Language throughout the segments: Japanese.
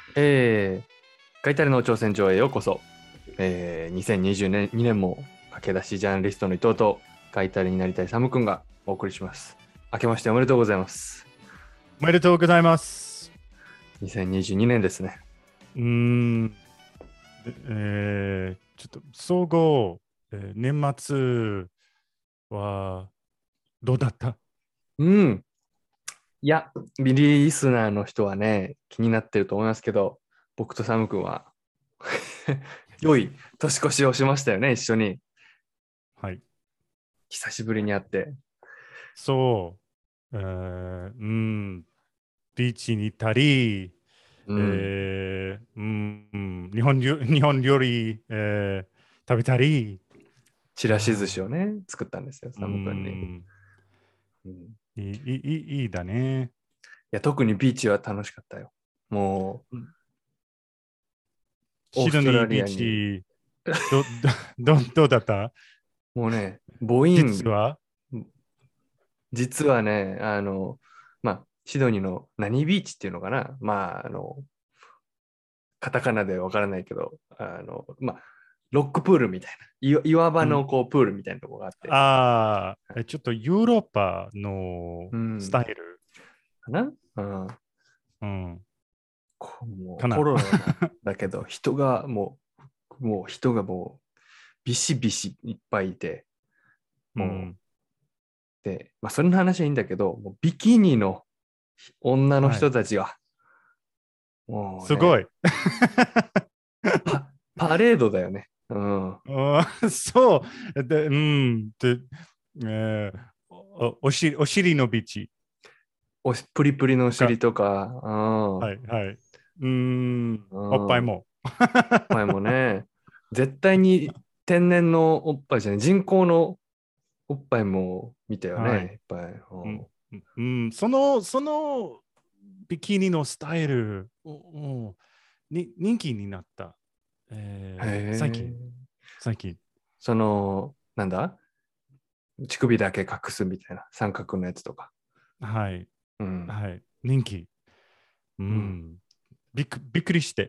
ガイタレの挑戦状へようこそ。2022年も駆け出しジャーナリストの伊藤とガイタレになりたいサムくんがお送りします。明けましておめでとうございます。 おめでとうございます。 2022年ですね。 ちょっと総合、年末はどうだった？ いや、ビリスナーの人はね、気になってると思いますけど、僕とサムくんは良い年越しをしましたよね、一緒に。 はい。 久しぶりに会って。 そう、ビーチに行ったり、日本料理、食べたり、 ちらし寿司をね、作ったんですよ、 うサムくんに。 ん、 うん、 いいだね。 や、特にビーチは楽しかったよ。もう、オーシドストラニービーリアに、 チ、どうだった？ もうね、母音、 実は実はね、シドニーの何ビーチっていうのかな、カタカナでわからないけど、ロックプールみたいな、岩場のこうプールみたいなところがあって、 ちょっとヨーロッパのうん、 スタイル、 かな、 うん、 もうかな。 コロナだけど、人がビシビシいっぱいいて、もう、 うん、 で、それの話はいいんだけど、もうビキニの女のはい。 人たちが、もうね、 すごい。 パレードだよね。うん。 そう。えーお尻のビーチ。 プリプリのおか、 尻とか、 はい、はい。おっうん。おっぱいも。 ぱいもね、絶対に天然のおっぱいじゃない、人工のおっぱいも見たよね、 はい。 いっぱい。 うん、そのビキニのスタイル、人気になった。 へ最近。 え。 最近。 なんだ乳首だけ隠すみたいな三角のやつとか。 はい。 うん。 はい。人気。 うん。 びっくりして。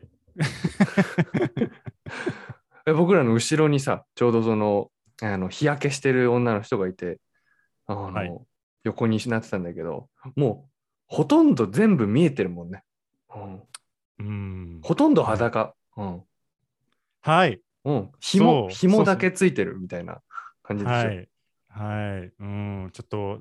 僕らの後ろにさ、ちょうど日焼けしてる女の人がいて、あはい。 の、横になってたんだけど、もう、ほとんど全部見えてるもんね。うん、ほとんどはい。 裸。うん。 はい。 うん。紐だそうそう。 けついてるみたいな感じでしょ。 はい。はい。ちょっと、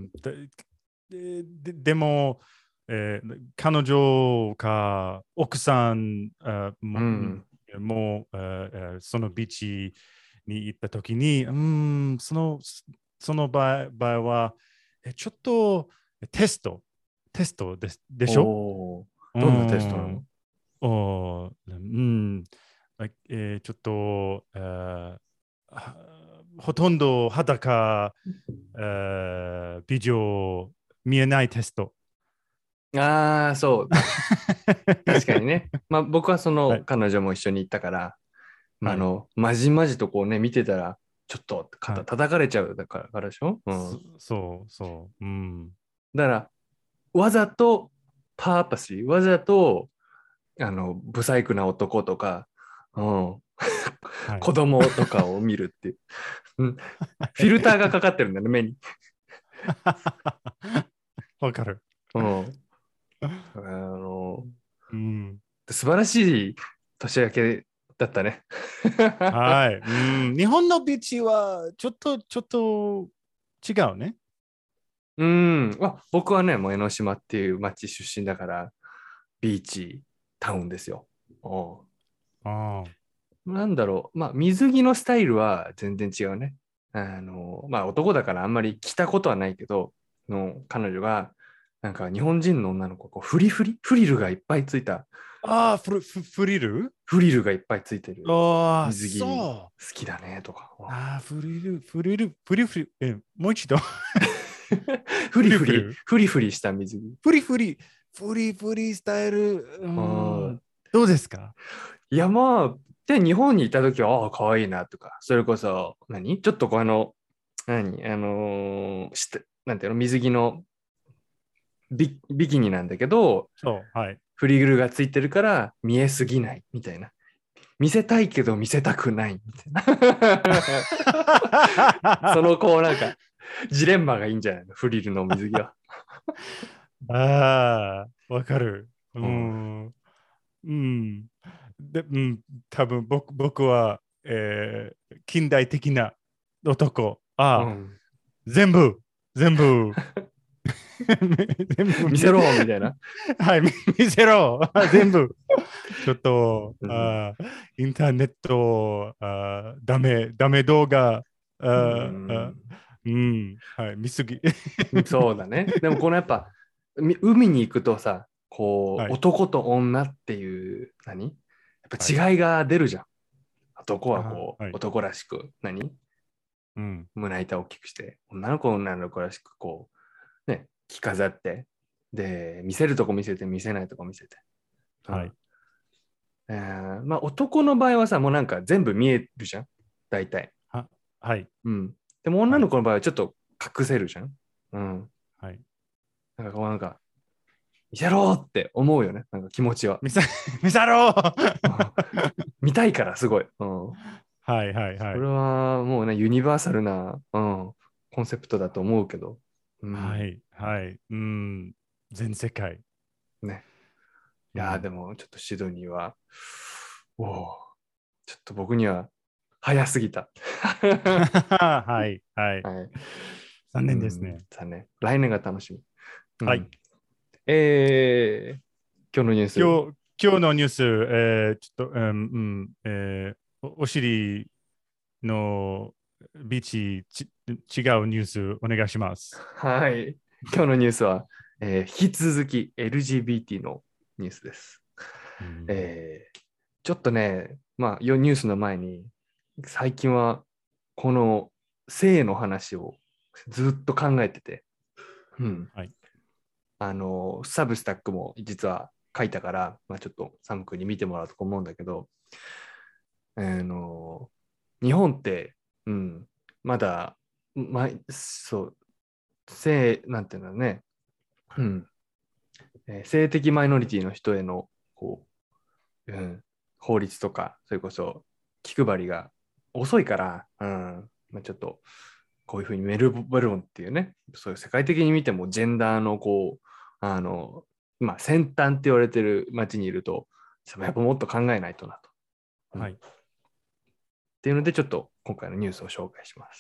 でも、彼女か奥さんうん。 もそのビーチに行ったときに、その場合は、ちょっとテストでしょ？ おー、 うどんなテストなん。 の？ ちょっと、ほとんど裸、ビデオ見えないテスト。 ああ、そう。確かにね。僕はそはい、 の彼女も一緒に行ったから、 はい、 まじまじとこうね、見てたら、ちょっとはい。 叩かれちゃうからでしょ。うん。 そう、 だから、わざと、わざと、ブサイクな男とか、うん、 はい。 子供とかを見るっていう、うん、フィルターがかかってるんだね、目に。 わかる。 うん、あの、 うん、 素晴らしい年明けだったね。 はい。日本のビーチはちょっと違うね。 うん、僕はね、もう江ノ島っていう町出身だから、ビーチタウンですよ。うんあなんだろう。水着のスタイルは全然違うね。男だからあんまり着たことはないけど、彼女が、なんか日本人の女の子、こうフリルがいっぱいついた、 フリル。 フリルがいっぱいついてる水着そう。 好きだねとか。 フリル、もう一度。 フリフリ、 フリフリ、 フリフリした水着。 フリフリ、フリスタイル、 うんどうですか？ いや、で、日本にいた時は、ああ、可愛いなとか、それこそ、ちょっとこう何なんていうの、水着のビキニなんだけど、 そう、はい。 フリルがついてるから見えすぎないみたいな。見せたいけど見せたくないみたいな。そのこうなんかジレンマがいいんじゃないのフリルの水着は。 ああ、わかる。ううん。 ん。うん。多分僕は、近代的な男。ああ、 うん、 全部、全部、全部見せろみたいな。 はい、見せろ全部。ちょっと、 うん。 インターネット、ダメ動画、 うあ、 ん。 うん、はい、見すぎ。 そうだね。でもこのやっぱ海に行くとさ、こうはい、 男と女っていうやっはい。 ぱ違いが出るじゃん。男はこうはい。 男らしくうん、 胸板を大きくして、女の子は女の子らしくこうね、着飾って、で、見せるとこ見せて見せないとこ見せて。うん。 はい。 まあ男の場合はさ、もうなんか全部見えるじゃん。大体。 は、はい。 うん。でも女はい。 の子の場合はちょっと隠せるじゃん。うん。 はい。 なんかこうなんか、見せろって思うよね。なんか気持ちは。 見せ、見せろうん見たいからすごい。うん。 はい、はい、はい。 それはもうね、ユニバーサルな、コンセプトだと思うけど。うん。 はい、はい。うん、全世界。 ね。いやー、 うん。 でもちょっとシドニーは、おお、ちょっと僕には早すぎた。 はい、はい。 はい。 残うん。 念ですね。 さあね、来年が楽しみ。うはい。 ん。え今日のニュース。 今日のニュース、ちょっと、お尻のビーチ違うニュースお願いします。 はい。今日のニュースは、引き続き LGBT のニュースです。 うん、 ちょっとね、まあ、ニュースの前に、最近はこの性の話をずっと考えてて、うん。 はい。 サブスタックも実は書いたから、まあ、ちょっとサム君に見てもらうと思うんだけど、あの、日本って、うん、まだ、そう、なんていうんだろうね、うん、性的マイノリティの人へのこう、法律とか、それこそ気配りが遅いから、まあ、ちょっとこういうふうにメルボルンっていうね、そういう世界的に見てもジェンダーのこう、まあ、先端って言われてる街にいると、やっぱもっと考えないとなと。っはい。 ていうので、ちょっと今回のニュースを紹介します。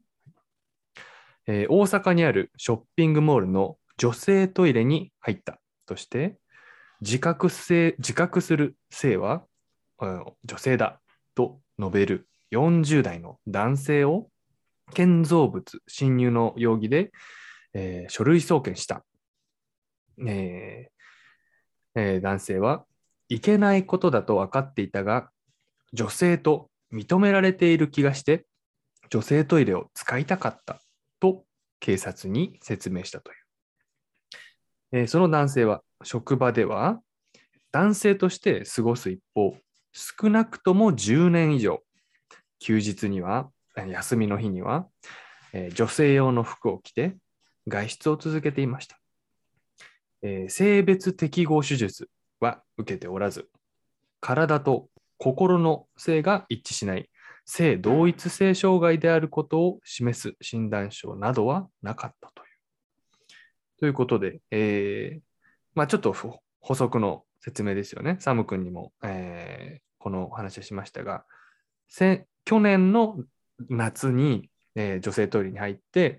大阪にあるショッピングモールの女性トイレに入ったとして、自覚する性は、女性だと述べる40代の男性を建造物侵入の容疑で、書類送検した、え男性はいけないことだと分かっていたが、女性と認められている気がして、女性トイレを使いたかったと警察に説明したという。その男性は職場では男性として過ごす一方、少なくとも10年以上、休日には、休みの日には、女性用の服を着て外出を続けていました。性別適合手術は受けておらず、体と心の性が一致しない性同一性障害であることを示す診断書などはなかったという。ということで、まあ、ちょっと補足の説明ですよね。サム君にも、この話をしましたが、去年の夏に、女性トイレに入って、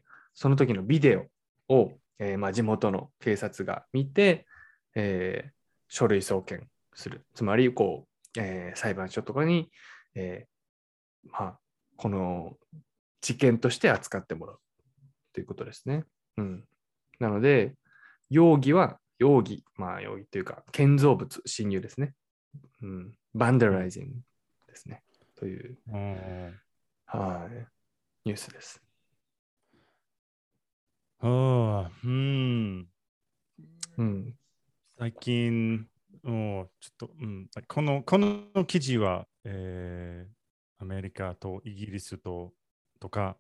その時のビデオを、まあ、地元の警察が見て、書類送検する。つまり、こう、裁判所とかに、まあ、この事件として扱ってもらうということですね。うん。なので、まあ容疑というか、建造物侵入ですね。うん。バンダうん。 ライジングですね。という、 うん。 はい、ニュースです。 うん。 うん。 最近、ちょっと、この記事は、アメリカとイギリスとか、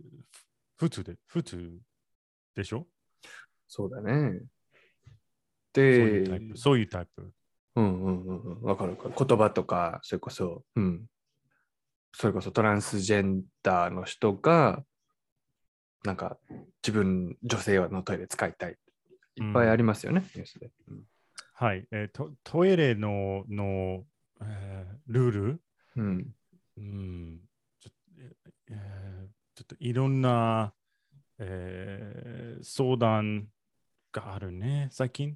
普通でしょ？ そうだね。 で、 そういうタイプ。 わかるかる。言葉とか、それこそ、それこそトランスジェンダーの人が、なんか女性のトイレ使いたい。いっぱいありますよね、ニュースで。 はい、トイレの、ルール、 うん。 ちょっといろんな、相談があるね、最近。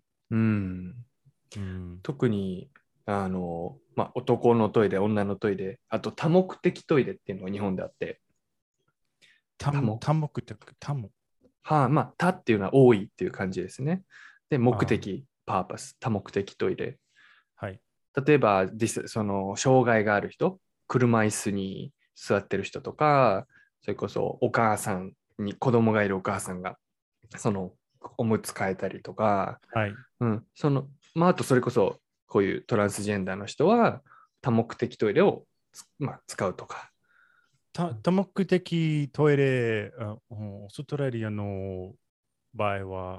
特に、男のトイレ、女のトイレ、あと多目的トイレっていうのが日本であって、 多目的、 多っていうのは多いっていう感じですね。で、目あ的、パーパス、多目的トイレ。 はい。 例えば、障害がある人、車椅子に座ってる人とか、それこそお母さんに、子供がいるお母さんが、おむつ替えたりとか、 はい。 あとそれこそ、こういうトランスジェンダーの人は、多目的トイレを使うとか。 多目的トイレ、オーストラリアの場合は、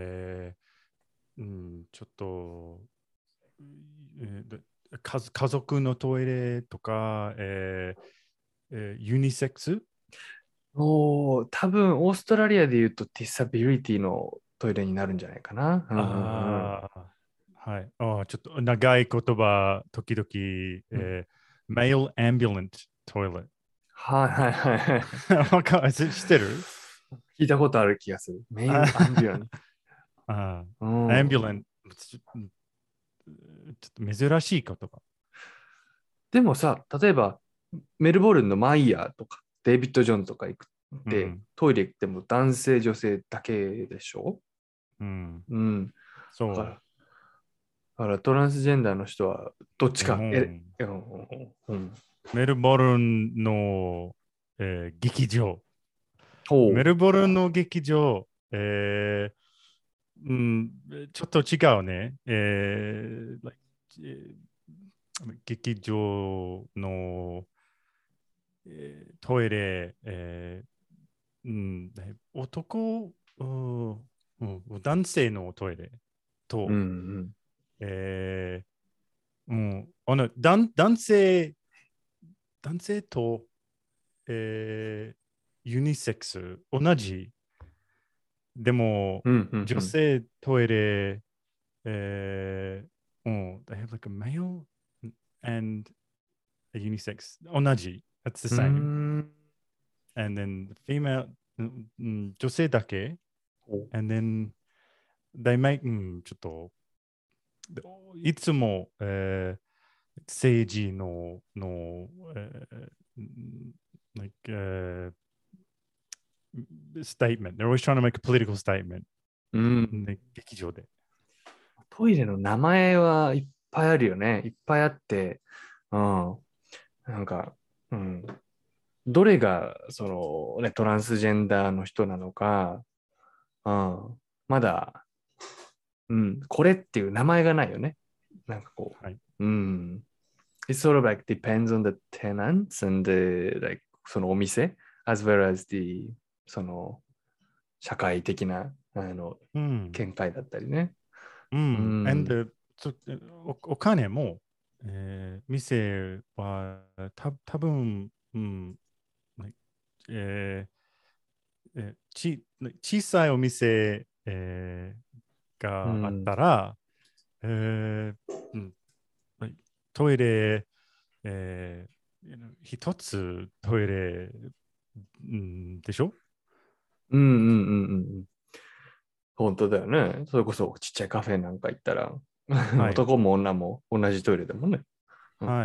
ちょっと、家族のトイレとか、ユニセックス多分、オーストラリアで言うと、ディサビリティのトイレになるんじゃないかな。 はい。ちょっと長い言葉、時々、male ambulant toilet。 はいはいはい。 知ってる聞いたことある気がする。メイルアンビュラン。 アンビュランちょっと珍しい言葉。 でもさ、例えばメルボルンのマイヤーとかデイビッド・ジョーンズとか行くって、トイレ行っても男性、女性だけでしょ。 そう。 だからトランスジェンダーの人はどっちか。 メルボルンの、劇場。メほう。 ルボルンの劇場、ちょっと違うね。劇場の、トイレ、男、男性のトイレと、男性と、ユニセックス、同じ。でも、女性トイレ、they have like a male and a unisex 同じ。That's the same. And then the female, 女性だけ。And then they make, ちょっと、いつも、政治like, statement. They're always trying to make a political statement. 劇場で。 トイレの名前はいっぱいあるよね。いっぱいあって、なんか、どれがトランスジェンダーの人なのか、まだ、これっていう名前がないよね。なんかこう、 はい。 It's sort of like depends on the tenants and like そのお店 as well as the 社会的な見解だったりね。 And お金も、店は多分、小さいお店、があったら、トイレ、一つトイレ、でしょ本当だよね。それこそちっちゃいカフェなんか行ったら、 はい、 男も女も同じトイレだもんね。 はい。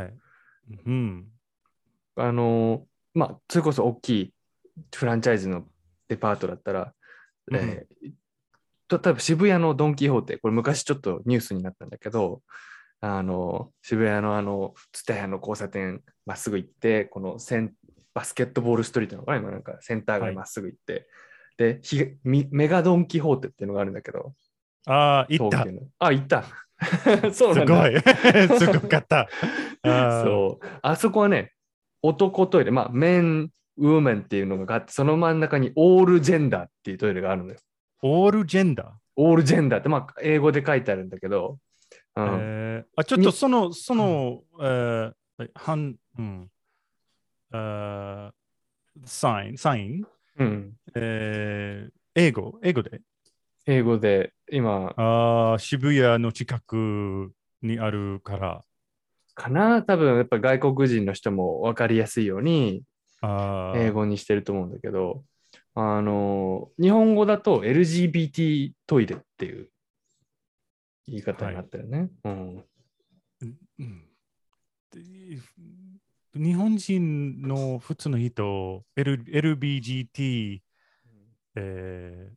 それこそ大きいフランチャイズのデパートだったら、例えば渋谷のドン・キホーテ、これ昔ちょっとニュースになったんだけど、渋谷のツタヤの交差点まっすぐ行って、このバスケットボールストリートのかな、今なんかセンター街まっすぐ行って、でメガドン・キホーテっていうのがあるんだけど、 行った。 行った。そうなんだ。 すごかった。 そう。あそこはね、男トイレ、メン、ウーメンっていうのがあって、その真ん中にオールジェンダーっていうトイレがあるのよ。 オールジェンダオールジェンダーって、まあ、英語で書いてあるんだけど、うん。 ちょっとうん、あサイン、 うん。 英語で、 英語で、今、 渋谷の近くにあるから、 かな多分、やっぱ外国人の人も分かりやすいように、英あ語にしてると思うんだけど、日本語だと LGBT トイレっていう言い方になはい。 ったよね。うん。 うんで日本人の普通の人、LBGT、え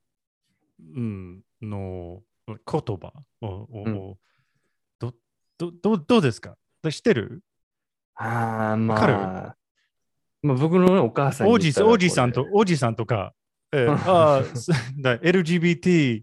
の言葉うん。 をど、どうですか？知ってる？ ああ、 わかる？ まあ、僕のねお母さんに言ったらこれ。 おじさんとか、LGBT、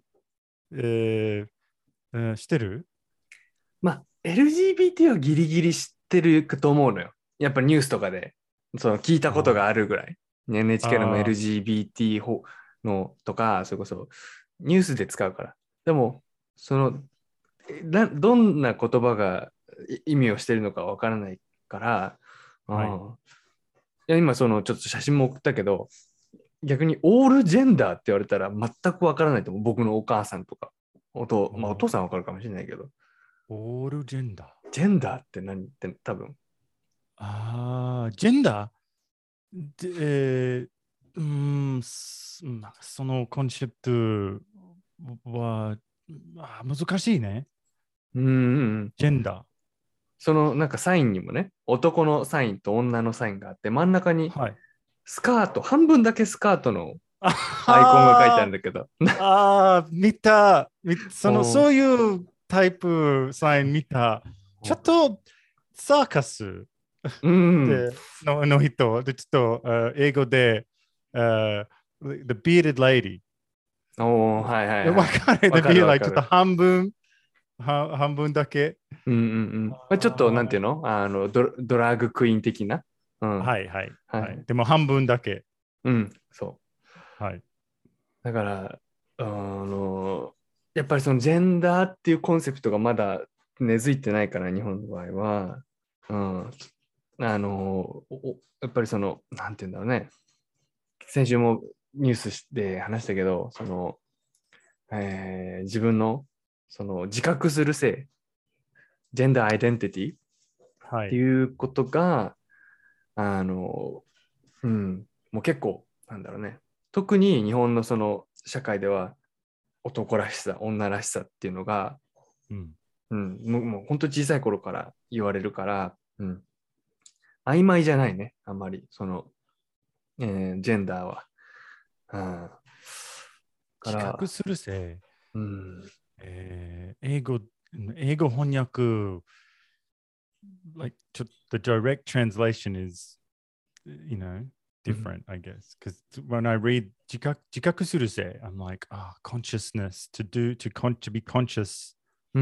知ってる？ まあ、LGBT はギリギリ知ってると思うのよ。やっぱニュースとかで、その聞いたことがああるぐらい。NHK のもあ LGBT のとか、それこそニュースで使うから。でも、その、どんな言葉が意味をしてるのかわからないから、 はい。 いや今そのちょっと写真も送ったけど、逆にオールジェンダーって言われたら全くわからないと思う。僕のお母さんとか。まあ、お父さんはわかるかもしれないけど、 オールジェンダー。 ジェンダーって何って多分。 ジェンダーで、まあそのコンセプトは、難しいね。 うんうんうん。 ジェンダー。 そのなんかサインにもね、男のサインと女のサインがあって、真ん中にはい。 スカート、半分だけスカートのあアイコンが書いてあるはんだけど。 見た。 おそういうタイプサイン見た。ちょっとサーカスうん。 での人、でちょっと英語で、The Bearded Lady。 はいはいわはい。 かる？ The わかる Bearded わ Lady。ちょっとかる。 半分だけ。 うんうんうん。まあ、ちょっとなんていうのドラッグクイーン的な。うん。 はいはいはい。 はい。 でも半分だけ。 うん。そう。 はい。 だから、やっぱりそのジェンダーっていうコンセプトがまだ根付いてないから、日本の場合は、うん、やっぱりその、なんていうんだろうね、先週もニュースで話したけど、自分のその自覚する性、ジェンダーアイデンティティってはい。 いうことが、あの、もう結構、なんだろうね、特に日本のその社会では、男らしさ、女らしさっていうのが、 うん。 もう本当小さい頃から言われるから、曖昧じゃないね、あんまり、ジェンダーは。うん、か比較ら、 するせい。 うん、 英語翻訳、the direct translation is, you know, うん、 different, I guess. Because when I read 自覚するせい、I'm like, consciousness, to be conscious うん、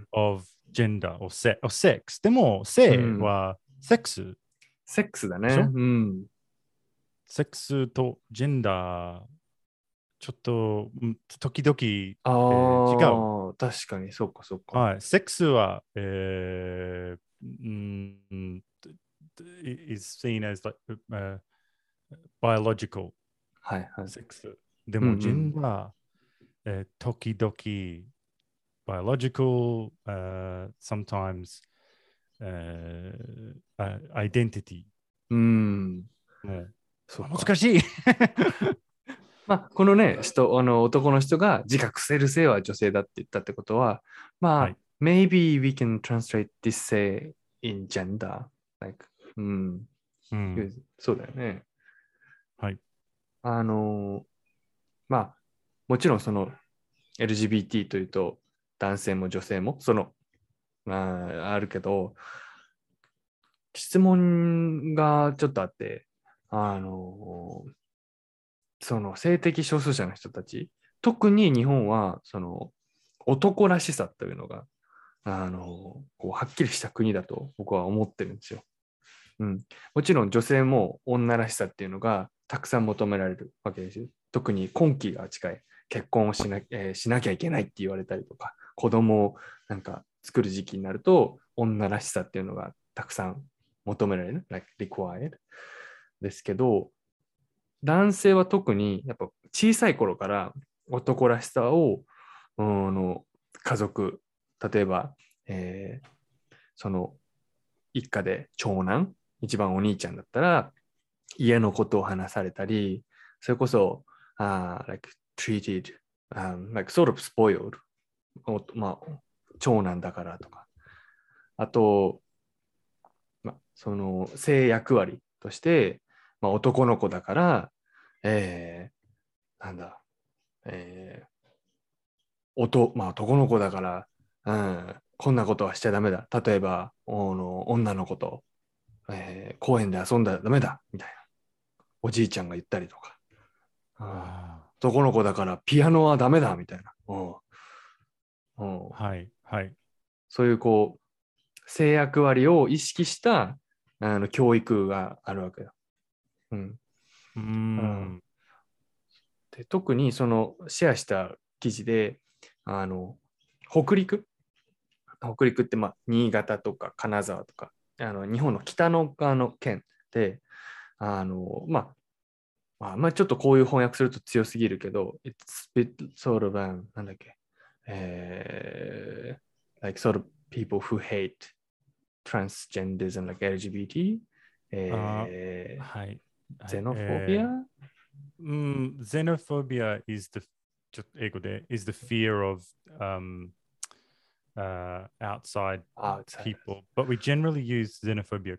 of gender or sex. でも、 うん、 性はセックスセックスだね。 でしょ？ うん。 セックスとジェンダー、ちょっと、時々、違う。 ああ、確かに、そうか、そうか。 はい。セックスは、is seen as like, biological はいはい。 セックス。でうんうも、ジェンん。 ダー、時々、biological, sometimes, identity うん。 もう、 そうか。 難しい。 まあ、このね、男の人が自覚せる性は女性だって言ったってことは、まあ、 はい。 maybe we can translate this say in gender. Like, うん。 うん。 そうだよね。 はい。 あの、まあ、もちろんその LGBT というと男性も女性もあるけど、質問がちょっとあって、あの、その性的少数者の人たち、特に日本はその男らしさというのが、こうはっきりした国だと僕は思ってるんですよ。うん、もちろん女性も女らしさっていうのがたくさん求められるわけですよ。特に今期が近い結婚をしなきゃいけないって言われたりとか、子供をなんか作る時期になると、女らしさっていうのがたくさん求められる、like required ですけど、男性は特にやっぱ小さい頃から男らしさを、家族、例えば、その一家で長男、一番お兄ちゃんだったら、家のことを話されたり、それこそ、like treated, like sort of spoiled. まあ、長男だからとか。あと、その性役割として、男の子だから、なんだ、男の子だから、こんなことはしちゃダメだ。例えば、女の子と、公園で遊んだらダメだ、みたいな。おじいちゃんが言ったりとか。男の子だからピアノはダメだ、みたいな。 はい、はい。 そういうこう、性役割を意識した教育があるわけだ。で特にそのシェアした記事で、北陸って新潟とか金沢とか、日本の北の側の県で、あんまりちょっとこういう翻訳すると強すぎるけど、It's a bit sort of, なんだっけ、like sort of people who hate transgenderism, like LGBT, はい。 xenophobia? Xenophobia is the ちょっと英語で is the fear of outside people, but we generally use xenophobia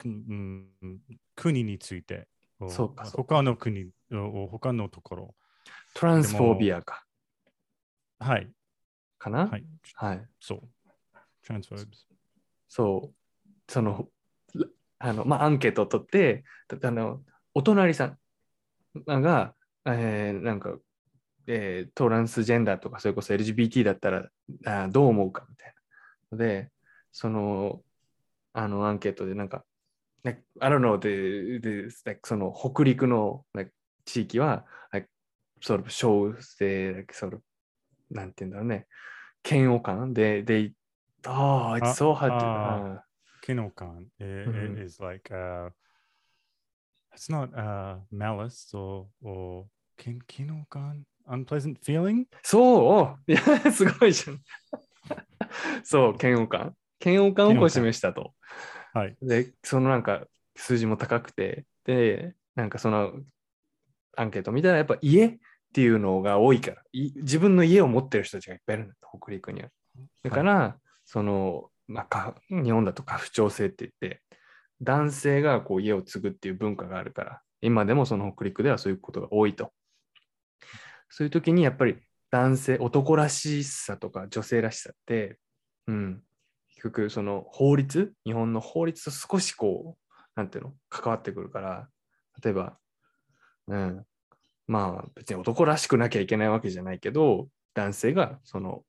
国についてそうか他の国他のところトランスフォービアかはいかなはいそうトランスフォービアそうそのアンケートを取ってお隣さんが、なんか、トランスジェンダーとかそれこそ LGBT だったらどう思うかみたいなので、そのアンケートでなんか、I don't know, like, その北陸の、like, 地域は、like, sort of shows the, like, sort of なんていうんだろうね、嫌悪感で、it's so hard to, 嫌悪感 is like it's not malice or 嫌悪感 unpleasant feeling そういやすごいじゃんそう、嫌悪感をこう示したと。 はい。 で、そのなんか数字も高くて、で、なんかそのアンケート見たらやっぱ家っていうのが多いから、自分の家を持ってる人たちがいっぱいいるんだと、北陸には。だから、その、日本だと家父長制って言って、男性がこう家を継ぐっていう文化があるから、今でもその北陸ではそういうことが多いと。そういう時にやっぱり男らしさとか女性らしさって、結局その日本の法律と少しこう、なんていうの、関わってくるから、例えば、別に男らしくなきゃいけないわけじゃないけど、男性がその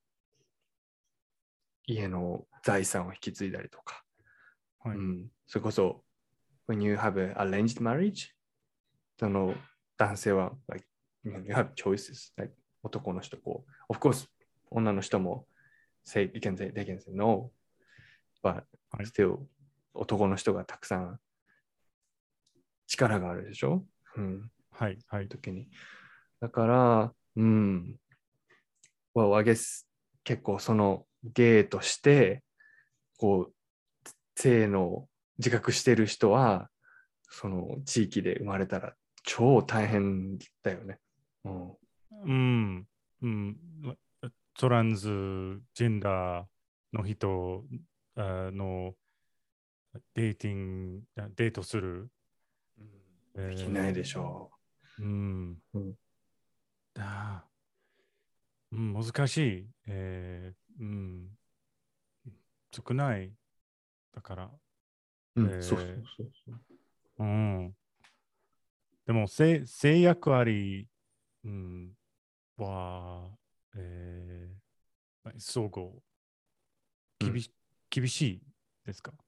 家の財産を引き継いだりとか、それこそ、when you have an arranged marriage, その男性は、like, you have choices, like, 男の人こう、of course, 女の人もthey can say no, but still 男の人がたくさん力があるでしょ、 はいはい時にだからwell, I guess 結構そのゲイとしてこう性の自覚してる人はその地域で生まれたら超大変だよね。 トランスジェンダーの人のデートする、 できないでしょう。 難しい。少ないだから。でも性役割、は、総合厳しいですか？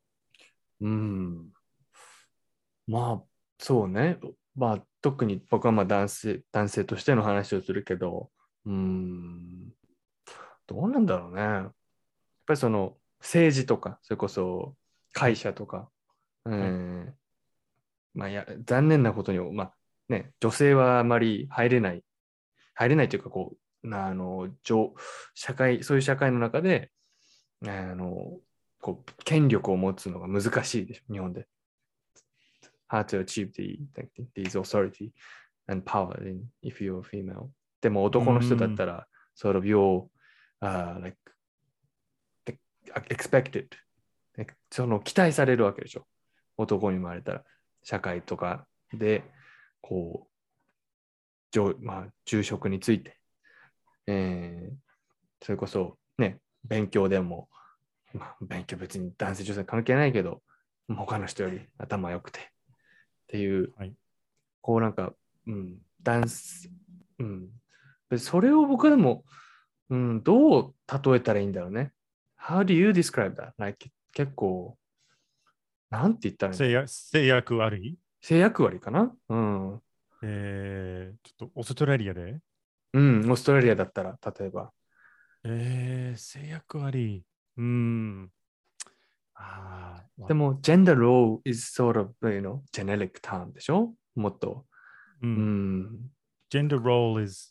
そうね。特に僕は男性としての話をするけど、 どうなんだろうね。やっぱりその政治とか、それこそ会社とか、 はい。 まあ残念なことに、まあね、女性はあまり入れないというか、こう、そういう社会の中で、こう、権力を持つのが難しいでしょ、日本で。Hard to achieve these authority and power if you're female. でもうー男の人だっん。 たら、sort of like expected. その期待されるわけでしょ。男に生まれたら。社会とかで、こまあ、住職について、それこそね、勉強でも、まあ、勉強別に男性女性関係ないけど、他の人より頭良くてっていう、 はい。 こうなんか、ダンス、それを僕でも、どう例えたらいいんだろうね。How do you describe that? Like, 結構、なんて言ったらいいんだろう。 制約あり性役割かなちょっとオーストラリアでオーストラリアだったら、例えば。 制約あり。うーん。ああ、 でも、gender role is sort of, generic term でしょもっと。 うん。Gender role is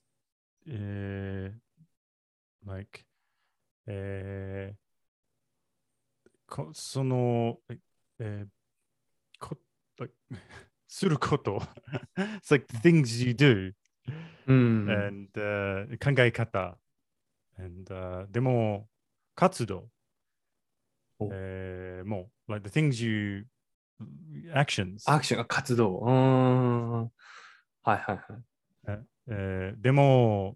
like えその、こlike すること。It's like the things you do うん。 and、考え方 and、でも活動、 おもう like the things you ア actions クションが活動。はいはいはい。 でも、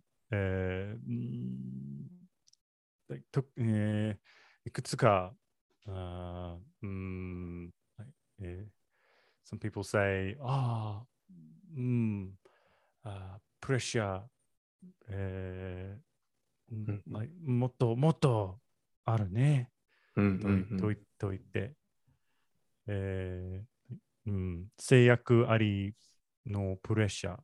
いくつか、some people say, プレッシャー、 うんもっともっとあるね、 うんうと言って、制約ありのプレッシャー。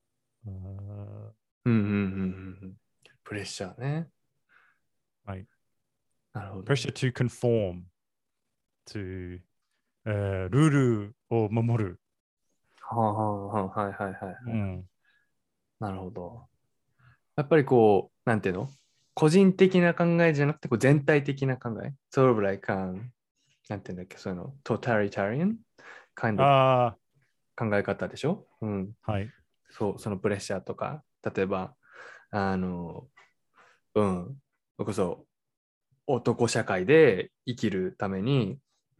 プレッシャーね。 はい。 なるほど。 pressure to conform to、ルールを守る。 はいはいはいはい。 うん。 なるほど。やっぱりこう、なんていうの個人的な考えじゃなくて、こう全体的な考え。sort of like, なんていうんだっけ、そういうの、totalitarian kind of あ考え方でしょはい。 そう、そのプレッシャーとか、例えば、あの、それこそ男社会で生きるために、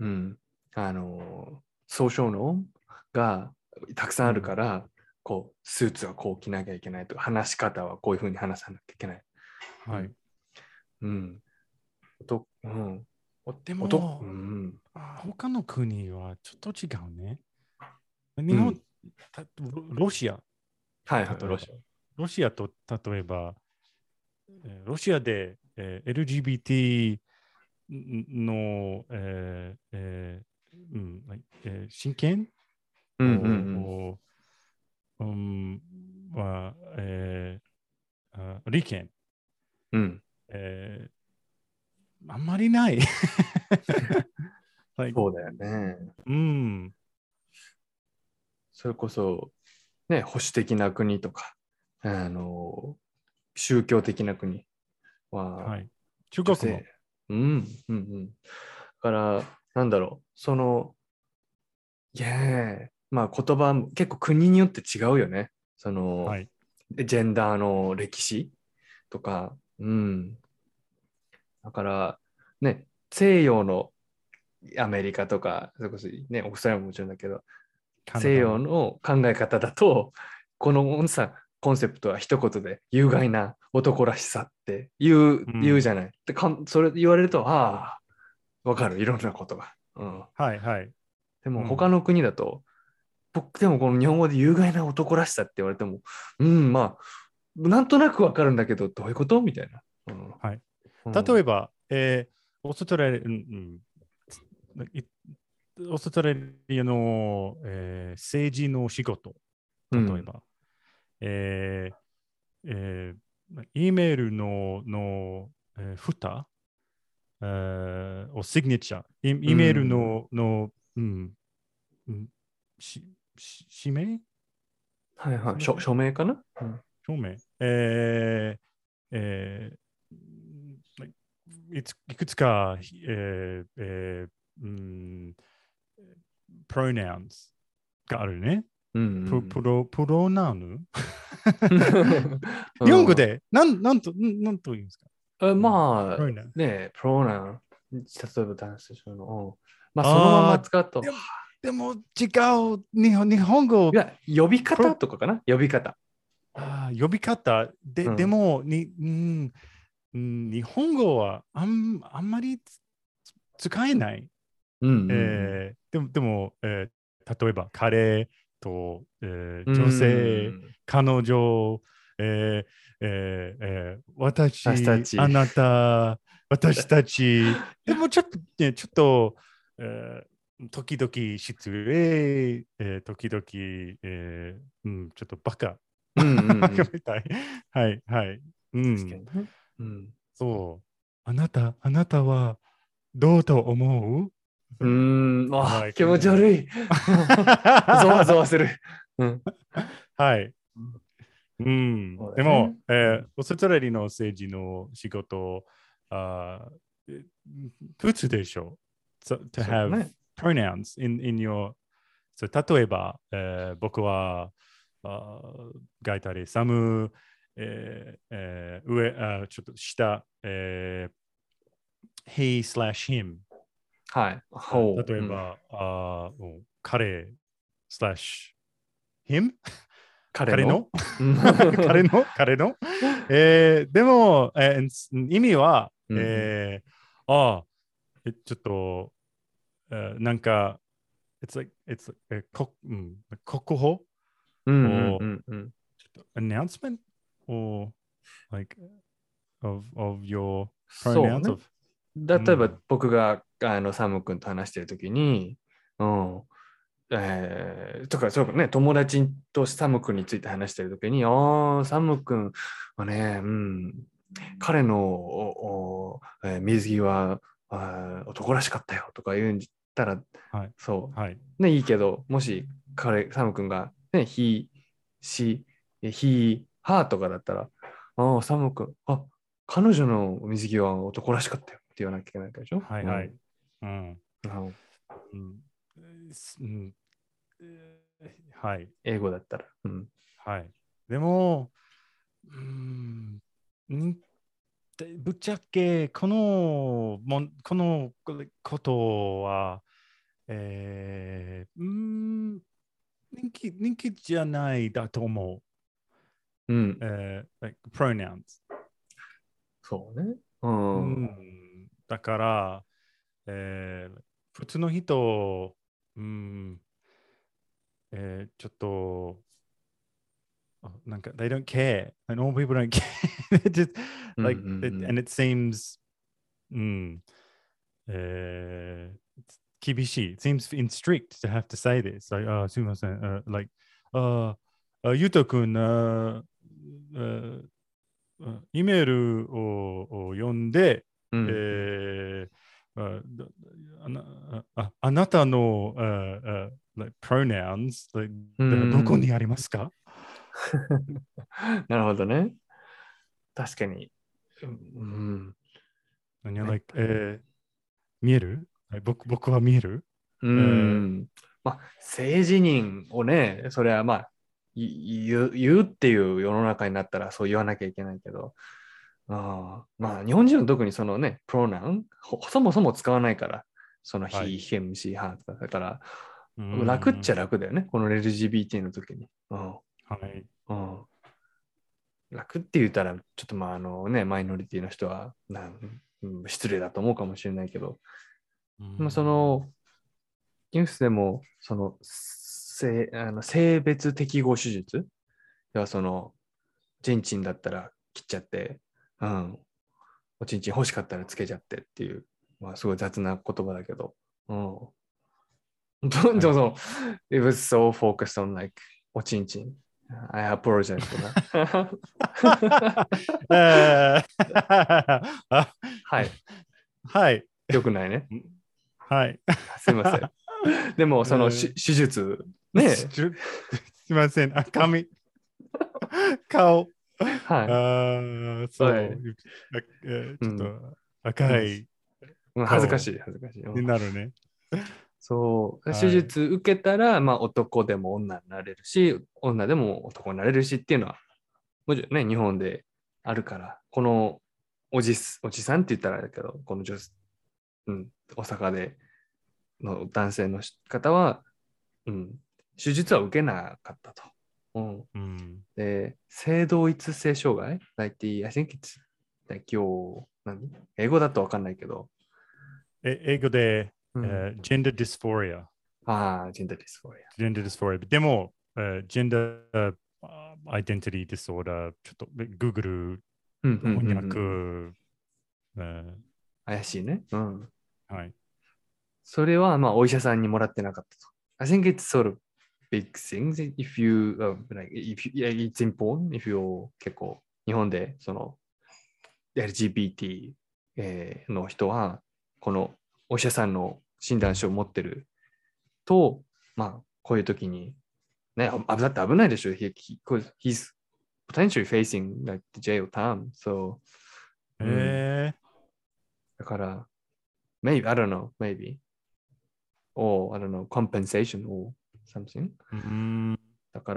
ソーシャルノーがたくさんあるうん。 から、こう、スーツはこう着なきゃいけないとか、話し方はこういうふうに話さなきゃいけない。うはい。 ん。うん。と、うん。 でうも、 ん。 他の国はちょっと違うね。日本、 うん。 ロシア、 はいはい、 例えば。 ロシア。 ロシアと例えば、ロシアで、LGBT の、親権うんうんうん。 を、は、利権、 うん。 あんまりない。like そうだよね。 うん。 それこそ、ね、保守的な国とか、あの、宗教的な国は、 はい。中国も。 女性。だから、なんだろう、いやまあ言葉も結構国によって違うよね。 はい。 ジェンダーの歴史とか、だから、ね、西洋のアメリカとか、それこそね、オーストラリアももちろんだけど、西洋カナダも。 の考え方だと、このコンセプトは一言で有害な男らしさって言ううん。 じゃない。それ言われると、ああ、わかる、いろんなことが。 はいはい。 でも他うん。 の国だと、僕でもこの日本語で有害な男らしさって言われても、まあ、なんとなくわかるんだけど、どういうことみたいな。 はい。 うん。 例えば、オーストラリア、いオーストラリアの、政治の仕事、 うん。 例えば、えーえ E メール蓋、をシグネチャー、E メールうんし指名はいはい。 すみません。 署名かな、 証明。えいくつか、pronouns があるね。 うんプロナウンうん。うん。 日本語でなんと言うんですか？ まあ、 プロナウン。 ね、プロナウン。例えば男性の、まあ、そのままああ、 使うと、 でも違う。日本語、 いや、呼びプロ、 方とかかな呼び方。 呼び方でうん。 も日本語はあんまり使えない。 うんうんでも、例えば彼と、 うん。 女う性、 ーん。 彼女、 私た私、あち。 なた、私たち。でもちょっと、ちょっと、時々失礼、時々、ちょっとバカ。 うんうんうん。 みたい。はい、はい。うん。 確かにね。うん。 そう。あなたはどうと思う？ うーん。気持ち like 悪い。ゾワゾワする。うん。 はい。うん。 そうだね。 でも、 うん。 オーストラリアの政治の仕事、え普通でしょう。to そうだ have ね。 pronouns in your、例えば、僕は、ガイタリサム、ちょっと下、he slash him。 はい。ほう。うん。 例えば、彼 slash him 彼の。 彼のうん。 彼の、でも、意味は、 うんうん。 ちょっと、なんか、国宝うんうんうを、 んうん。 ちょっと announcement or like of your そう pronouns ね。 of、 例えばうん、 僕がサム君と話してるときに、うん、とか、そうかね、友達とサム君について話してるときに、サム君はね、うん、彼の水着は男らしかったよとか言うんだったら、 はい、 そはい、 う、ね、いいけど、もしサム君が、ね、ハーとかだったら、サム君、彼女の水着は男らしかったよって言わなきゃいけないでしょ。 はい、はい、 うん。 うん、 うんうん、うん、はい、 英語だったら。うん。 はい。でも、うん、んぶっちゃけ、このことは、人気じゃないだと思う。 うん。 like pronouns。 そうね。ううん。 ん、だから、普通の人、ちょっと、なんか、they don't care. And all people don't care. Just うんう like, ん and it seems, うん、え厳しい。It seems in strict to have to say this. Like, すみません。like, ゆうとくん、イメールを読んで、 うん。うん。 えー、あなたの、like pronouns、like、 うどこにん。 ありますか？ なるほどね。確かに。うん。ね。 like、見える？僕は見える？ うえーん。まあ、性自認をね、それはまあ、言うっていう世の中になったらそう言わなきゃいけないけど、まあ、日本人は特にそのね、プロナウン、そもそも使わないから、そのはい。 he、him、she、her とかだから、 うー楽っちゃん。 楽だよね、この LGBT の時に。 はい。 うん、楽って言ったら、ちょっとまあ、マイノリティの人は失礼だと思うかもしれないけど、 うーまあ、 ん。 ニュースでも、性別適合手術では、チンチンだったら切っちゃって、うん、おちんちん欲しかったらつけちゃってっていう、まあ、すごい雑な言葉だけど、うん。 はい。 そう、it was so focused on like おちんちん。 I apologize for that. はい。 はい。 よくないね。 はい。 すいません。でも、その手術、ね。 すいません。顔。 はい。 そはい。 う。ちょっうん。 と赤い恥ずか顔しい、恥ずかしい。 になるね。 そう。手はい。 術受けたら、まあ、男でも女になれるし、女でも男になれるしっていうのは、もちろんね、日本であるから、このおじさんって言ったらあれだけど、この大阪での男性の方は、うん、手術は受けなかったと。うん、 うん。 で、性同一性障害 like I think it's like 英語だとわかんないけど、 英語で、 うん、 gender dysphoria。 ああ、ジェンダーディスフォーリ gender dysphoria。でも、gender identity disorder、ちょっと Google ア。うん、うん、うん、 翻訳、 うん。怪しいね。うん。 はい。 それは、まあ、お医者さんにもらってなかったと。I think it's sort of big things if you, yeah, it's important if you 結構日本でその LGBT の人はこのお医者さんの診断書を持ってると、まあ、こういう時にね、だって危ないでしょ。He's potentially facing like the jail time. So, うん。 えだから、maybe, I don't know, maybe. Or, I don't know, compensation or something. うん。 だから、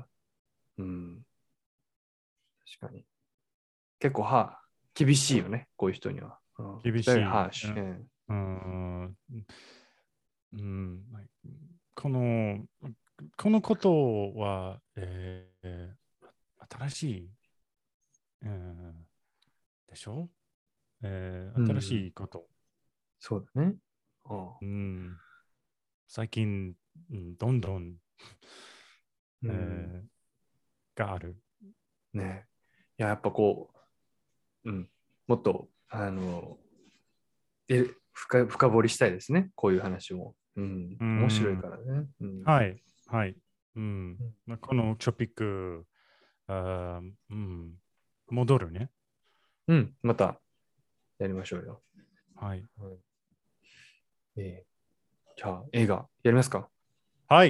うん、確かに。結構厳しいよね、こういう人には。 厳 It's し very い。 harsh. うん。うん。この、このことは、新しい、でしょ、新うん、 しいこと。 そうだね。あうん、最近、どんどん、 うん、 がある。 ね。いや、やっぱこう、もっと、深掘りしたいですね、こういう話も。 う面白いん、 からね。 はい、はい。うん、 うんこのトピック、うん、戻るね。 またやりましょうよ。 はい。 うんじゃあ、映画やりますか？ はい。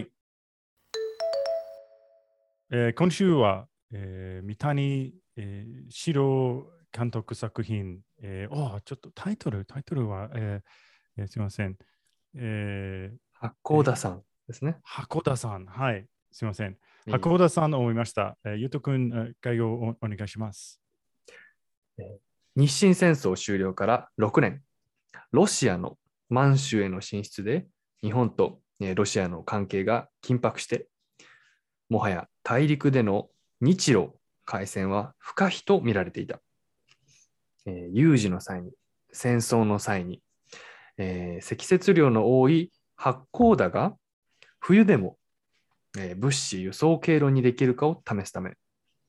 今週は、三谷、史郎監督作品、ちょっとタイトルは、すみません。 八えー甲田さんですね。 箱田さん、はい、すみません。 いい箱田さんを思いました。ゆうとくん、概要をお願いします。 日清戦争終了から6年、ロシアの満州への進出で、日本とロシアの関係が緊迫して、もはや大陸での日露海戦は不可避と見られていた。有事の際に、戦争の際に、積雪量の多い八甲田が冬でも、物資輸送経路にできるかを試すため、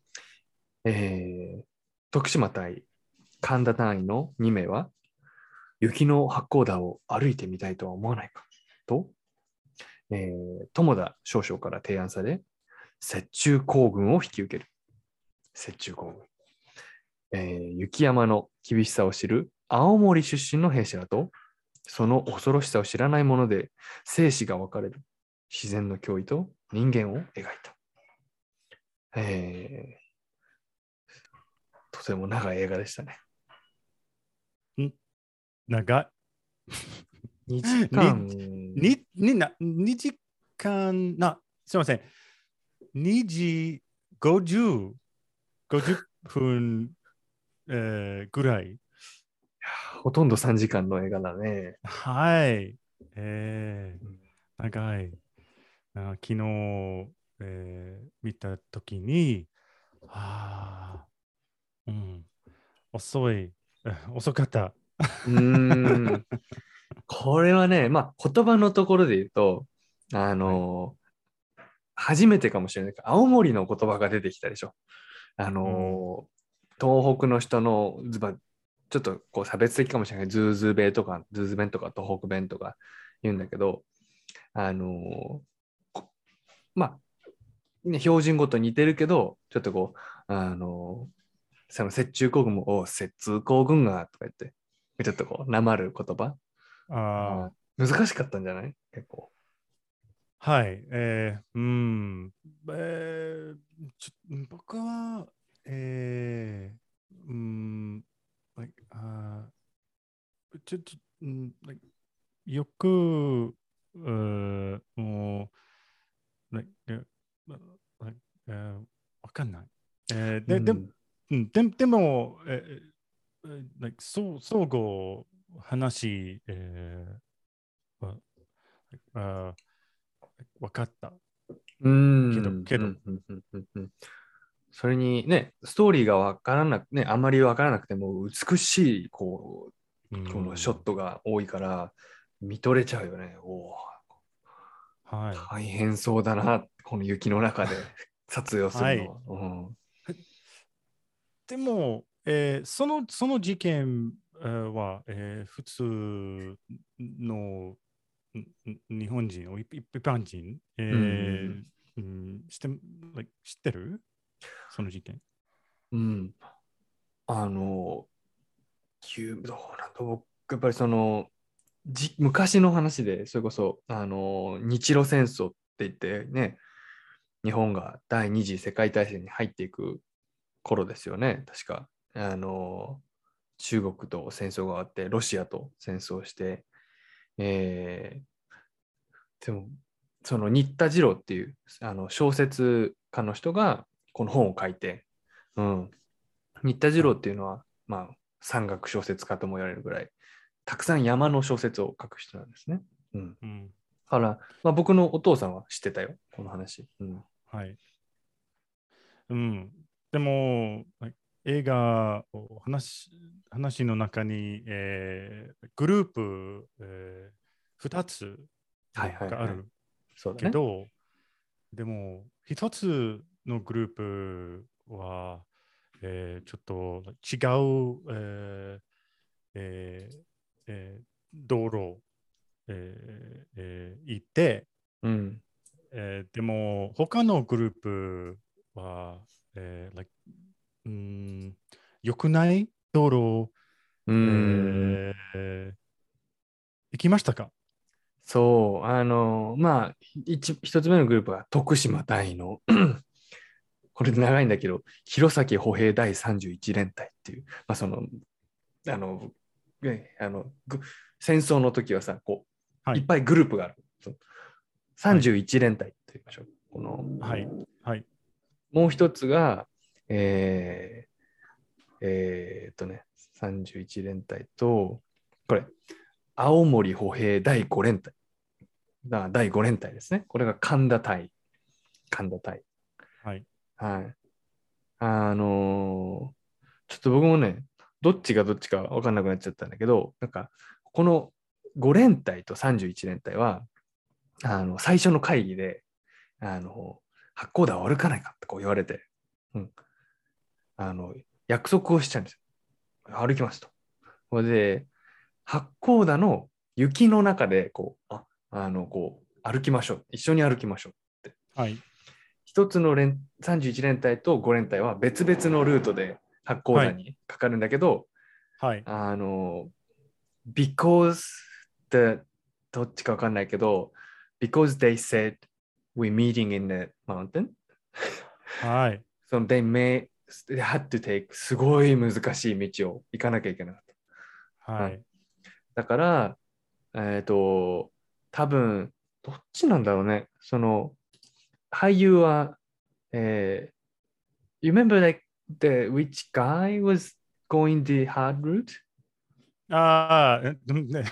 徳島対神田単位の2名は、雪の八甲田を歩いてみたいとは思わないかと、友田少将から提案され、雪中行軍を引き受ける。雪中行軍。雪山の厳しさを知る青森出身の兵士らと、その恐ろしさを知らないもので生死が分かれる自然の脅威と人間を描いた。とても長い映画でしたね。 長い。 2時に、 間、 2時間すみません。2時50分、ぐらい。 ほとんど3時間の映画だね。 はい。 うん、 長い。昨日、見たときに、うん、遅かった。 うーんこれはね、まあ言葉のところで言うと、あはい。 の初めてかもしれないけど、青森の言葉が出てきたでしょ。あうん、 の東北の人のちょっとこう差別的かもしれない。ズーズー弁とか東北弁とか言うんだけど、あのまあ、 ね、標準語と似てるけど、ちょっとこう、その雪中行軍も、雪中行軍がとか言って、ちょっとこう、なまる言葉。 あ難しかったんじゃない結構。 はい。ち僕は、like ちょっと、like よく、もう、like わかんない。 うん。 でも、like 相互話、わあわかったうん。 けど、 うん。うん。うん。うん。うん。それにね、ストーリーがわからなく、ね、あんまりわからなくても、美しい、 うこのショッん、 トが多いから、見とれちゃうよね。 はい。 大変そうだな、この雪の中で撮影をするはい。 のは。うん。 でも、その事件は、普通の日本人、一般人、 うん。 知ってるその事件。 うん。あの、どうなんだ、僕、やっぱりその、昔の話で、それこそ、日露戦争って言ってね、日本が第二次世界大戦に入っていく頃ですよね、確か。中国と戦争が終わって、ロシアと戦争して、えでも、その新田次郎っていう小説家の人がこの本を書いて、うん、新田次はい。 郎っていうのは、まあ、山岳小説家とも言われるぐらい、たくさん山の小説を書く人なんですね。うん。だうん。 から、まあ、僕のお父さんは知ってたよ、この話。うん。 はい。うん。でも、映画を話の中に、グループ、2つはいはいはい。 があるそうだね。 けど、でも、1つのグループは、ちょっと違う、えーえ道路、行って、 うん。 でも、他のグループは、うん、良くない道路、 うーん。 行きましたか？ そう、まあ、一つ目のグループは徳島大のこれで長いんだけど、弘前歩兵第31連隊っていう、まあ、あの、戦争の時はさ、 はい、 いっぱいグループがある。 はい、 31連隊って言いましょう。 はい、はい、 もう一つが、31連隊と、これ、青森歩兵第5連隊。第5連隊ですね。これが神田隊。神田隊。 はい、 はい。ちょっと僕もね、どっちがどっちか分かんなくなっちゃったんだけど、なんか、この5連隊と31連隊は、最初の会議で、八甲田を歩かないかってこう言われて、うん、あの、約束をしちゃうんですよ。歩きますと。それで、八甲田の雪の中で、歩きましょう。一緒に歩きましょうって。 はい、 一つの31連隊と5連隊は別々のルートで八甲はい、 田にかかるんだけど、 はい、 あの、because the どっちかわかんないけど、because they said we're meeting in the mountain, はい、 その they had to take すごい難しい道を行かなきゃいけなかった。はい、 はい。 だから、多分、どっちなんだろうね。俳優は、you remember like which guy was going the hard route? ああ、ね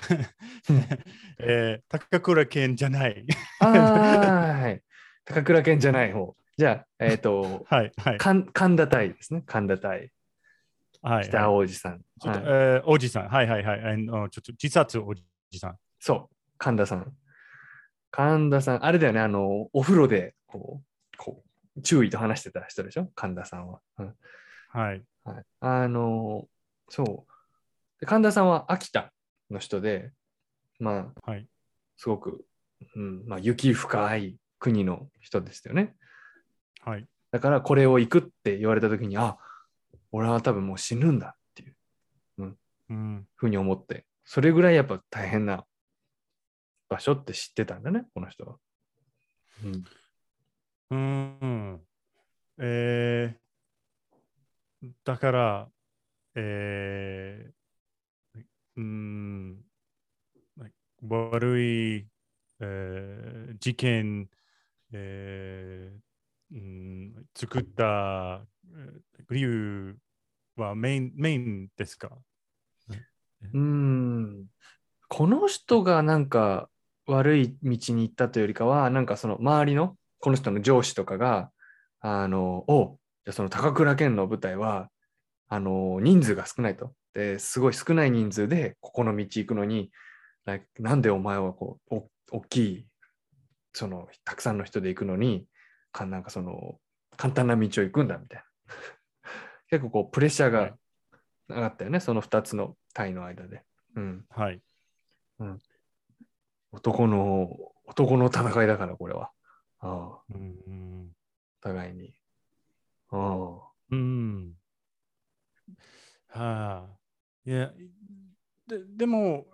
高倉健じゃない。 ああ、はい。高倉健じゃない方。じゃあ、 はい、はい、 神田隊ですね。神田隊。 はい、は北い。 王子さん。 ちょっと、 はい。 おじさん、はい、はい、はい。ちょっと自殺おじさん。 そう。神田さん。神田さん。あれだよね。お風呂で、注意と話してた人でしょ神田さんは。うん、 はい、 はい。そう。で神田さんは秋田の人で、まあ、 はい、 すごく、まあ、雪深い国の人ですよね。 はい。 だからこれを行くって言われた時に、俺は多分もう死ぬんだっていう、 うん。 ふうに思って、それぐらいやっぱ大変な場所って知ってたんだね、この人は。うん。 うん。えだから、えうん、悪い、事件、作った理由はメインですか？ うーん。この人がなんか悪い道に行ったというよりかは、なんかその周りのこの人の上司とかが、じゃあその高倉健の舞台は、人数が少ないと。で、すごい少ない人数でここの道行くのに、なんでお前はこう、大きい、その、たくさんの人で行くのに、なんかその、簡単な道を行くんだみたいな。結構こう、プレッシャーがはい。 上がったよね、その2つの隊の間で。うん。 はい。 うん、男の戦いだから、これは。ああ、おうん。 互いに。ああ、 うん。はあ。いや、でも、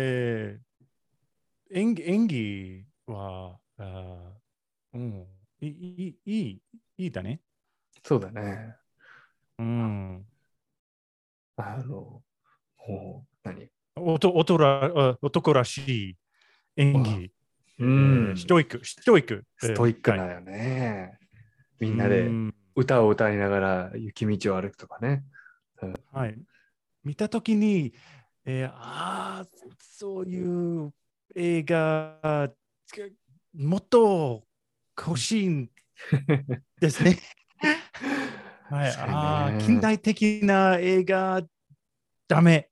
演技は、うん、いいだね。 そうだね。 うん。 何男らしい演あ、 技。 うん、 ストイック、 ストイックはい。 だよね。みうんなでん。 歌を歌いながら雪道を歩くとかね。うん、 はい。見たときに、そういう映画、もっと欲しいんですね。はい。 確かにね。 近代的な映画、ダメ。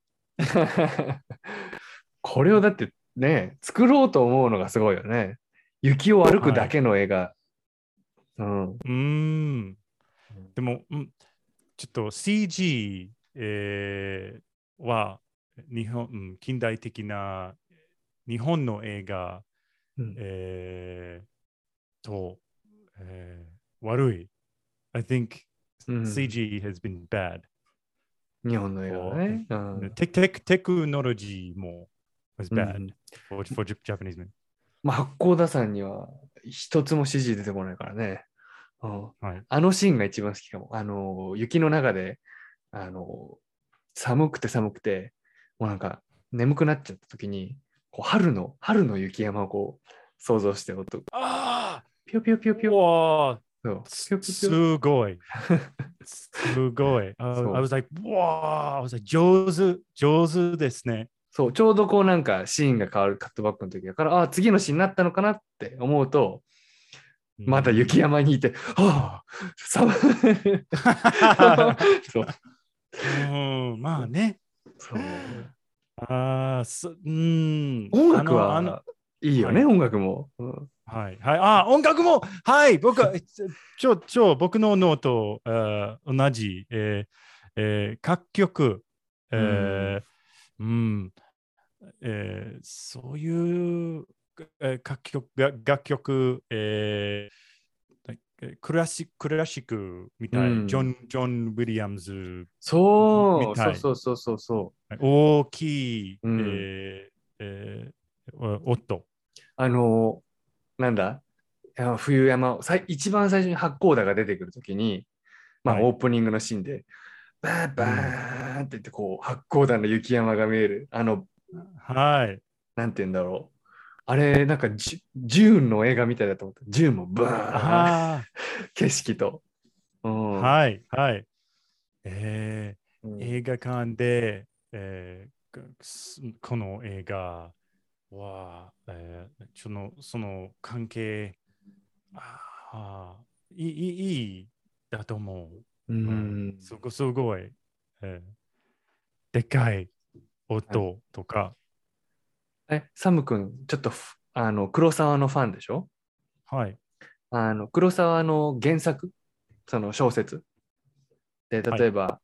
これをだってね、作ろうと思うのがすごいよね。雪を歩くだはい。 けの映画。うん。 うーん。でも、ちょっと CG、は近代的な日本の映画、 うん。 えと、悪い。I think うん。 CG has been bad 日本の映画が for ね。うん。 technology も was うんう bad ん。 for Japanese men。 まあ、八甲田山には一つも CG 出てこないからね。うん。 はい。 あのシーンが一番好きかも。雪の中で、寒くて寒くて、もうなんか眠くなっちゃった時に、こう春の雪山をこう想像してああ、 ピヨピヨピヨピヨ。 わあ、 そう。ピヨピヨピヨ。 すごい。すごい。I そう。 was like, wow, I was like, 上手ですね。 そう。ちょうどこうなんかシーンが変わるカットバックの時だから、次のシーンになったのかなって思うと、 うまだ雪ん。 山にいて、寒い。そう。 うん、まあね。 そう。音楽はいいよね、 はい。 音楽も。うん。 はい。はい。音楽も、はい。僕のノート、同じ、楽曲、 うん。 えーうん、そういう、楽曲、クラシックみうたい、 ん。 ジョン・ウィリアムズみそう、そうたい、 そうそうそうそ大きい、 う。うん。 音。 あのなんだ冬山、一番最初に八甲田が出てくるときに、まあはい。 オープニングのシーンで、バーバうん。 ーンって言って、こう、八甲田の雪山が見える。 はい。 なんて言うんだろう。あれ、なんかジューンの映画みたいだと思った。ジューンもバーン、 あ景色と。うん。 はい。はい。映うん。 画館で、この映画は、その関係、あいいだと思うう。うん、 ん。 すごい、えーでかいはい。 音とか、 サム君、ちょっと黒沢のファンでしょ？ はい。 黒沢の原作、その小説で、 はい。 例えば、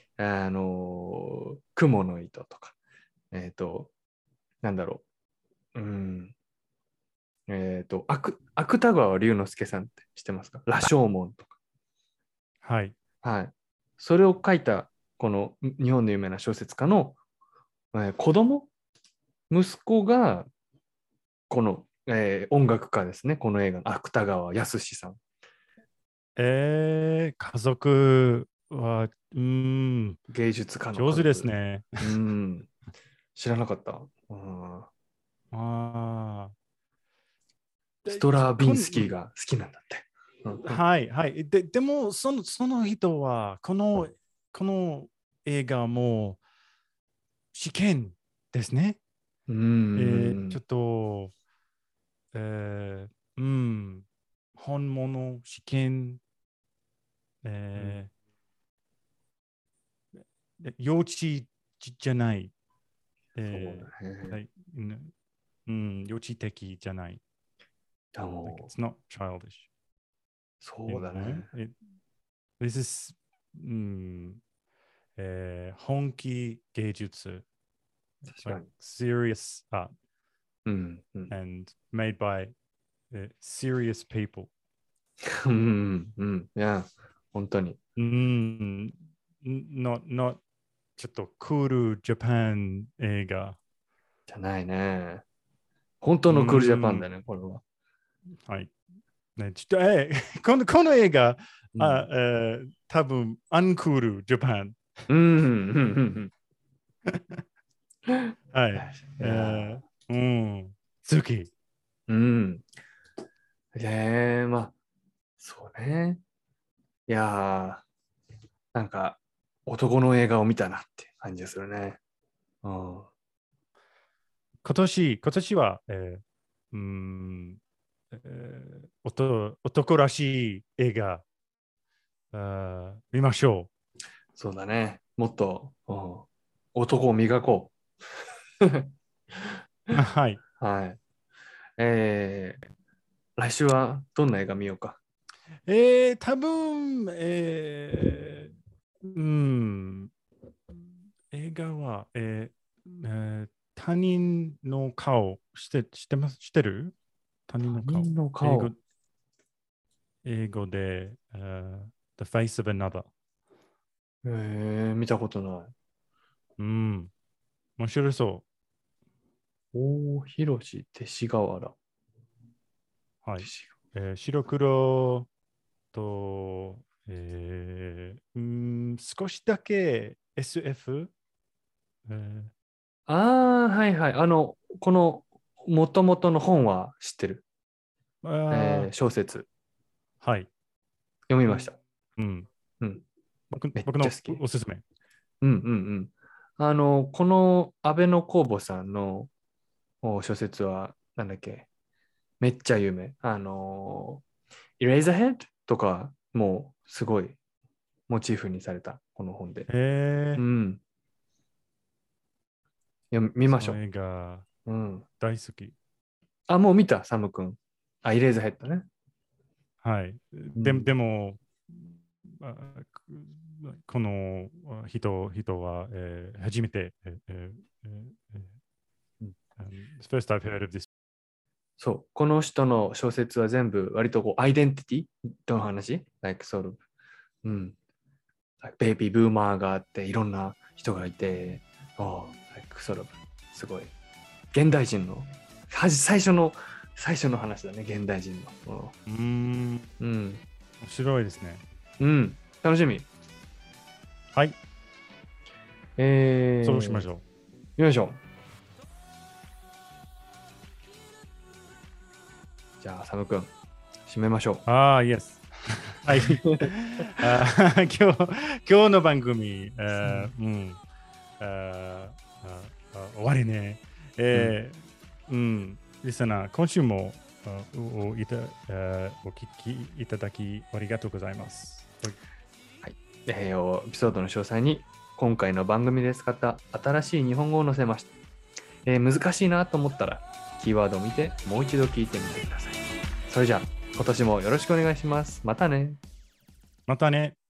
雲の糸とか、なんだろう、芥川龍之介さんって知ってますか？羅生門とか。 はい。 はい。それを書いた、この日本の有名な小説家の、子供、息子が、この、音楽家ですね。この映画の芥川康さん。 家族は、 芸術家の上手です家族。 ね。 知らなかった。うん、 ああ。 スで、 トラビンスキーこん、 が好きなんだって。 はい、はい。でもその人は、この映画も試験ですね。 うちょっん。 と、え本物試験、え幼稚じゃない、 そうだね。 like 幼稚的じゃない。 で Like も、 it's not childish. そうだ know? ね。 This is、本気芸術、 確か like に。 serious art うん。うん。 and made by serious people. うん。うん。いや、本当に。 not ちょっとクールジャパン映画。 じゃないね。本当うーのクールジャパンだん、 ね、これは。 はい。ね、ちょっと、この映画、 うん。 多分、アンクールジャパン。 うん。うん。うん。 はい。 いや、 好き。 うん。まあ、そうね。いやなんか、男の映画を見たなって感じがするね。うん。 今年は、男らしい映画、見ましょそうだね。もっと、男を磨こう。 う。はい。 はい。来週はどんな映画見ようか。 多分、映画は、他人の顔してます、してる他人の顔。 他人の顔。 英語で、The Face of Another。 見たことない。 面白そ大広し勅使河原。 う。はい。 勅使白黒と、少しだけ SF、 ああ、はいはい。この元々の本は知ってる。 あ小説。 はい。うん読みました。 うん。 うん。めっ僕のちゃ好き。 おすすめ。 うんうんうん。この安倍の公房さんの小説は、なんだっけ、めっちゃ有名。イレイザーヘッドとか、もうすごいモチーフにされた、この本で。うえん。見ましょその映画う。うん。 大好き。 あ、もう見た、サム君。あ、イレイザーヘッドね。 はい。 うん。 でも、あこの人は、初めて、 うん、 First I've heard of this. そう。この人の小説は全部割とこう、アイデンティティの話 like sort of うん。ベイビーブーマーがあって、いろんな人がいて、like sort of すごい。現代人の、最初の話だね、現代人の。 面うん。 白いですね。 うん。楽しみ。 はい。そうしましょよいしょ。じゃあ、サム君、締めましょう。Yes。はい。今日の番組、終わりね。リスナー、今週もお聞きいただきありがとうございます。 はい。エピソードの詳細に今回の番組で使った新しい日本語を載せました。難しいなと思ったらキーワードを見てもう一度聞いてみてください。それじゃあ今年もよろしくお願いします。またね。 またね。